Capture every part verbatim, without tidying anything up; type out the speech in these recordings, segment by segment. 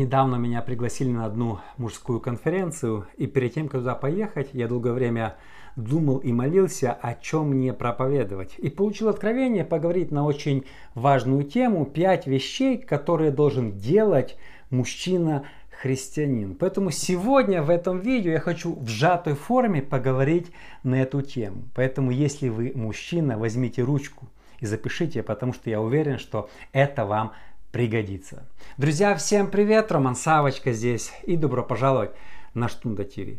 Недавно меня пригласили на одну мужскую конференцию, и перед тем, как туда поехать, я долгое время думал и молился, о чем мне проповедовать. И получил откровение поговорить на очень важную тему, пять вещей, которые должен делать мужчина-христианин. Поэтому сегодня в этом видео я хочу в сжатой форме поговорить на эту тему. Поэтому если вы мужчина, возьмите ручку и запишите, потому что я уверен, что это вам пригодится. Друзья, всем привет! Роман Савочка здесь и добро пожаловать на Штунда ТВ.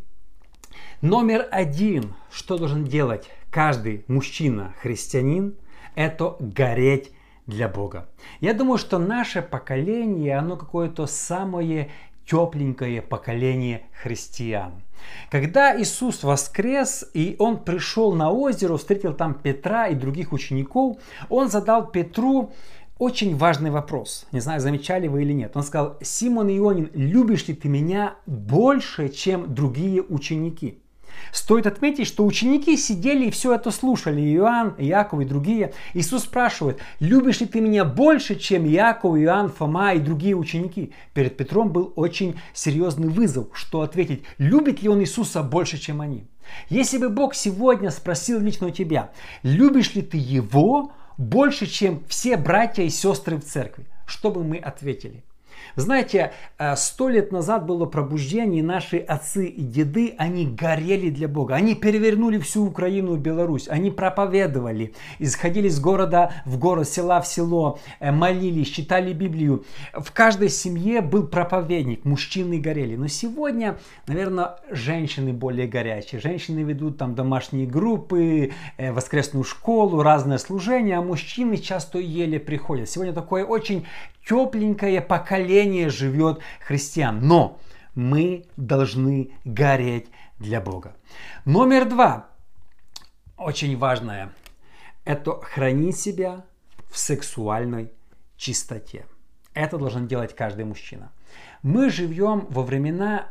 Номер один, что должен делать каждый мужчина-христианин, это гореть для Бога. Я думаю, что наше поколение, оно какое-то самое тепленькое поколение христиан. Когда Иисус воскрес и Он пришел на озеро, встретил там Петра и других учеников, Он задал Петру очень важный вопрос. Не знаю, замечали вы или нет. Он сказал: «Симон Ионин, любишь ли ты меня больше, чем другие ученики?» Стоит отметить, что ученики сидели и все это слушали. Иоанн, Иаков и другие. Иисус спрашивает: любишь ли ты меня больше, чем Иаков, Иоанн, Фома и другие ученики? Перед Петром был очень серьезный вызов, что ответить, любит ли он Иисуса больше, чем они. Если бы Бог сегодня спросил лично у тебя: любишь ли ты Его больше, чем все братья и сестры в церкви, что бы мы ответили? Знаете, сто лет назад было пробуждение, и наши отцы и деды, они горели для Бога. Они перевернули всю Украину и Беларусь. Они проповедовали, исходили из города в город, села в село, молились, читали Библию. В каждой семье был проповедник, мужчины горели. Но сегодня, наверное, женщины более горячие. Женщины ведут там домашние группы, воскресную школу, разные служения, а мужчины часто еле приходят. Сегодня такое очень тепленькое поколение живет христиан. Но мы должны гореть для Бога. Номер два, очень важное, это хранить себя в сексуальной чистоте. Это должен делать каждый мужчина. Мы живем во времена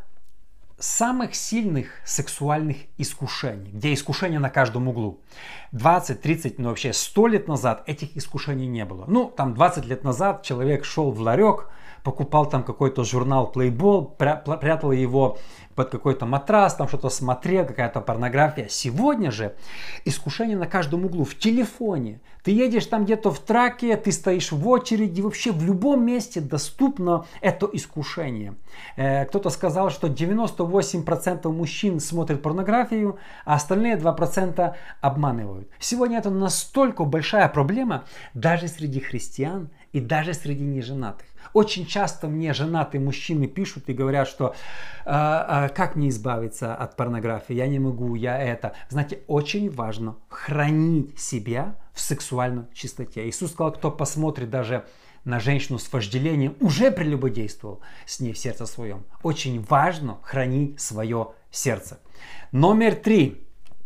самых сильных сексуальных искушений, где искушения на каждом углу. двадцать, тридцать, ну вообще сто лет назад этих искушений не было. Ну, там двадцать лет назад человек шел в ларек, покупал там какой-то журнал Playboy, прятал его под какой-то матрас, там что-то смотрел, какая-то порнография. Сегодня же искушение на каждом углу, в телефоне. Ты едешь там где-то в траке, ты стоишь в очереди, вообще в любом месте доступно это искушение. Э, кто-то сказал, что девяносто восемь процентов мужчин смотрят порнографию, а остальные два процента обманывают. Сегодня это настолько большая проблема даже среди христиан и даже среди неженатых. Очень часто мне женатые мужчины пишут и говорят, что э, э, как мне избавиться от порнографии, я не могу, я это. Знаете, очень важно хранить себя в сексуальной чистоте. Иисус сказал, кто посмотрит даже на женщину с вожделением, уже прелюбодействовал с ней в сердце своем. Очень важно хранить свое сердце. Номер три.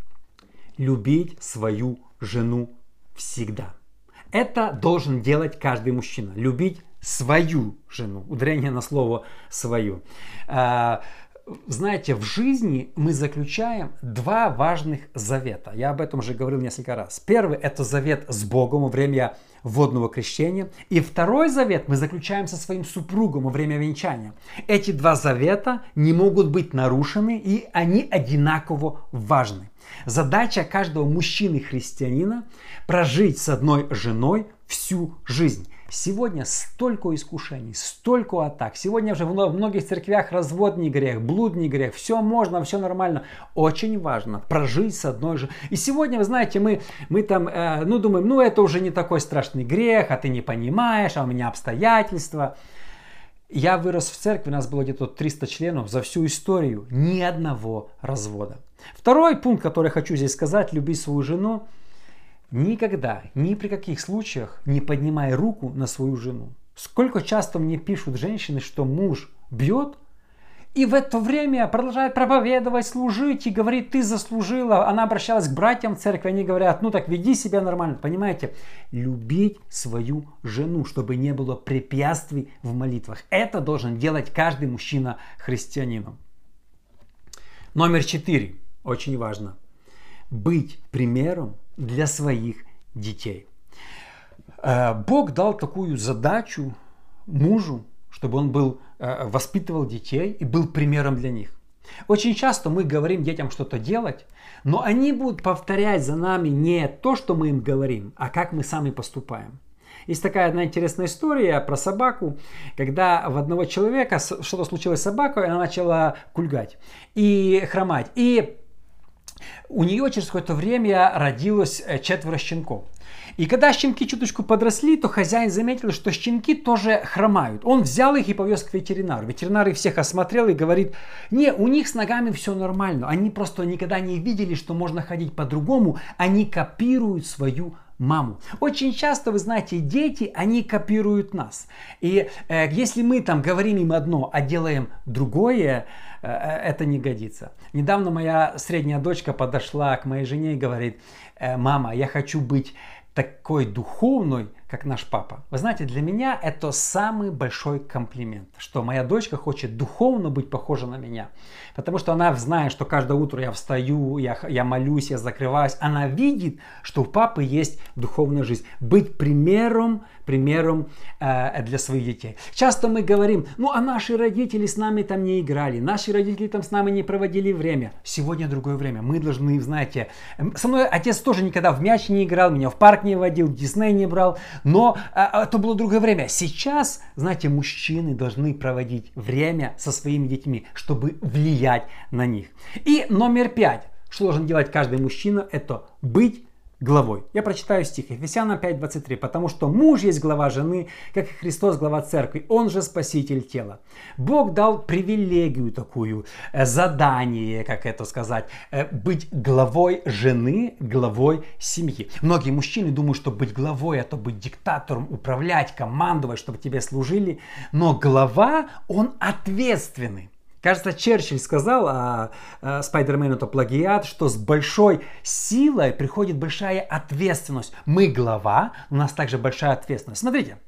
Любить свою жену всегда. Это должен делать каждый мужчина. Любить свою жену. Ударение на слово «свою». Знаете, в жизни мы заключаем два важных завета. Я об этом уже говорил несколько раз. Первый – это завет с Богом во время водного крещения. И второй завет мы заключаем со своим супругом во время венчания. Эти два завета не могут быть нарушены, и они одинаково важны. Задача каждого мужчины-христианина – прожить с одной женой всю жизнь. Сегодня столько искушений, столько атак. Сегодня уже в многих церквях развод не грех, блуд не грех. Все можно, все нормально. Очень важно прожить с одной же. И сегодня, вы знаете, мы, мы там, э, ну, думаем, ну, это уже не такой страшный грех, а ты не понимаешь, а у меня обстоятельства. Я вырос в церкви, у нас было где-то триста членов, за всю историю ни одного развода. Второй пункт, который я хочу здесь сказать, любить свою жену. Никогда, ни при каких случаях не поднимай руку на свою жену. Сколько часто мне пишут женщины, что муж бьет, и в это время продолжает проповедовать, служить и говорит, ты заслужила. Она обращалась к братьям в церкви, они говорят, ну так веди себя нормально. Понимаете, любить свою жену, чтобы не было препятствий в молитвах. Это должен делать каждый мужчина-христианин. Номер четыре, очень важно, быть примером для своих детей. Бог дал такую задачу мужу чтобы он был, воспитывал детей и был примером для них. Очень часто мы говорим детям что-то делать, но они будут повторять за нами не то, что мы им говорим, а как мы сами поступаем. Есть такая одна интересная история про собаку, когда в одного человека что-то случилось с собакой, она начала кульгать и хромать. И у нее через какое-то время родилось четверо щенков. И когда щенки чуточку подросли, то хозяин заметил, что щенки тоже хромают. Он взял их и повез к ветеринару. Ветеринар их всех осмотрел и говорит: не, у них с ногами все нормально. Они просто никогда не видели, что можно ходить по-другому. Они копируют свою маму. Очень часто, вы знаете, дети, они копируют нас. И э, если мы там говорим им одно, а делаем другое, э, это не годится. Недавно моя средняя дочка подошла к моей жене и говорит: э, мама, я хочу быть такой духовной, как наш папа. Вы знаете, для меня это самый большой комплимент, что моя дочка хочет духовно быть похожа на меня. Потому что она знает, что каждое утро я встаю, я, я молюсь, я закрываюсь. Она видит, что у папы есть духовная жизнь. Быть примером, примером э, для своих детей. Часто мы говорим: ну а наши родители с нами там не играли, наши родители там с нами не проводили время. Сегодня другое время. Мы должны, знаете, со мной отец тоже никогда в мяч не играл, меня в парк не водил, в Дисней не брал. Но а, это было другое время. Сейчас, знаете, мужчины должны проводить время со своими детьми, чтобы влиять на них. И номер пять, что должен делать каждый мужчина, это быть главой. Я прочитаю стих Ефесянам пять двадцать три. Потому что муж есть глава жены, как и Христос глава церкви. Он же спаситель тела. Бог дал привилегию такую, задание, как это сказать, быть главой жены, главой семьи. Многие мужчины думают, что быть главой — это быть диктатором, управлять, командовать, чтобы тебе служили. Но глава, он ответственный. Кажется, Черчилль сказал, а, а Спайдермен это плагиат, что с большой силой приходит большая ответственность. Мы глава, у нас также большая ответственность. Смотрите,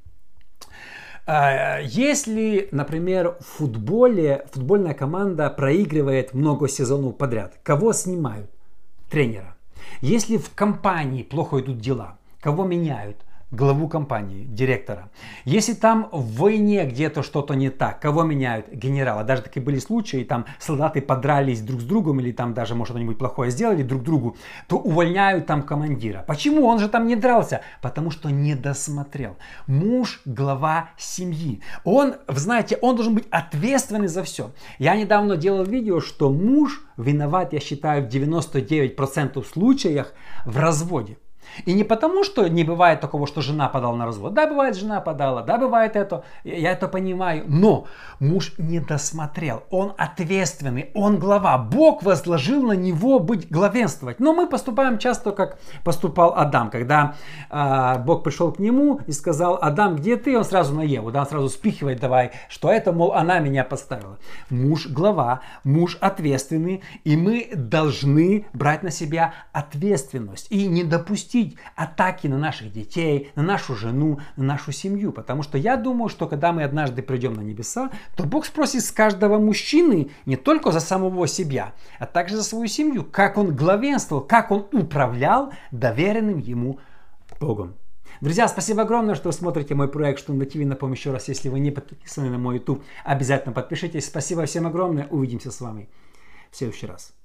а, если, например, в футболе футбольная команда проигрывает много сезонов подряд, кого снимают? Тренера. Если в компании плохо идут дела, кого меняют? Главу компании, директора. Если там в войне где-то что-то не так, кого меняют? Генерала. Даже такие были случаи, там солдаты подрались друг с другом или там даже, может, что-нибудь плохое сделали друг другу, то увольняют там командира. Почему? Он же там не дрался. Потому что не досмотрел. Муж — глава семьи. Он, знаете, он должен быть ответственный за все. Я недавно делал видео, что муж виноват, я считаю, в девяноста девяти процентах случаях в разводе. И не потому, что не бывает такого, что жена подала на развод. Да, бывает, жена подала, да, бывает это, я это понимаю. Но муж не досмотрел, он ответственный, он глава. Бог возложил на него быть главенствовать. Но мы поступаем часто, как поступал Адам, когда э, Бог пришел к нему и сказал: Адам, где ты? Он сразу на Еву, да, он сразу спихивает, давай, что это, мол, она меня поставила. Муж глава, муж ответственный, и мы должны брать на себя ответственность и не допустить атаки на наших детей, на нашу жену, на нашу семью. Потому что я думаю, что когда мы однажды придем на небеса, то Бог спросит с каждого мужчины не только за самого себя, а также за свою семью, как он главенствовал, как он управлял доверенным ему Богом. Друзья, спасибо огромное, что вы смотрите мой проект «Что на ТВ». Напомню еще раз, если вы не подписаны на мой YouTube, обязательно подпишитесь. Спасибо всем огромное. Увидимся с вами в следующий раз.